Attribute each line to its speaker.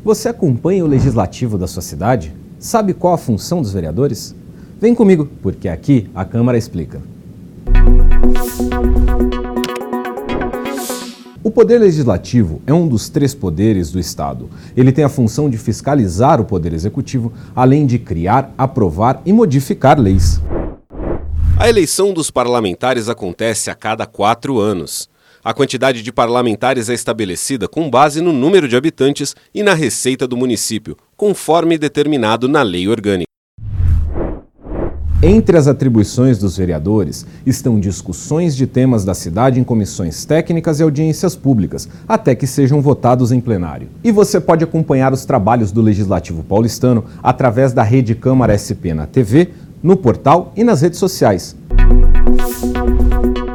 Speaker 1: Você acompanha o legislativo da sua cidade? Sabe qual a função dos vereadores? Vem comigo, porque aqui a Câmara explica. O Poder Legislativo é um dos 3 poderes do Estado. Ele tem a função de fiscalizar o Poder Executivo, além de criar, aprovar e modificar leis.
Speaker 2: A eleição dos parlamentares acontece a cada 4 anos. A quantidade de parlamentares é estabelecida com base no número de habitantes e na receita do município, conforme determinado na lei orgânica.
Speaker 1: Entre as atribuições dos vereadores estão discussões de temas da cidade em comissões técnicas e audiências públicas, até que sejam votados em plenário. E você pode acompanhar os trabalhos do Legislativo paulistano através da Rede Câmara SP na TV, no portal e nas redes sociais.